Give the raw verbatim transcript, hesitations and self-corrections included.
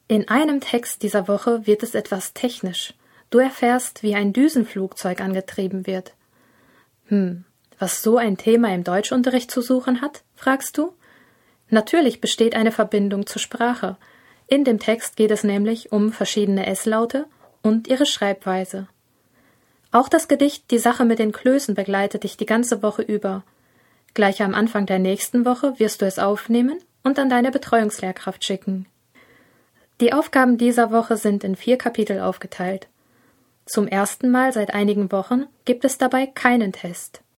In einem Text dieser Woche wird es etwas technisch. Du erfährst, wie ein Düsenflugzeug angetrieben wird. Hm, was so ein Thema im Deutschunterricht zu suchen hat, fragst du? Natürlich besteht eine Verbindung zur Sprache. In dem Text geht es nämlich um verschiedene S-Laute und ihre Schreibweise. Auch das Gedicht Die Sache mit den Klößen begleitet dich die ganze Woche über. Gleich am Anfang der nächsten Woche wirst du es aufnehmen und an deine Betreuungslehrkraft schicken. Die Aufgaben dieser Woche sind in vier Kapitel aufgeteilt. Zum ersten Mal seit einigen Wochen gibt es dabei keinen Test.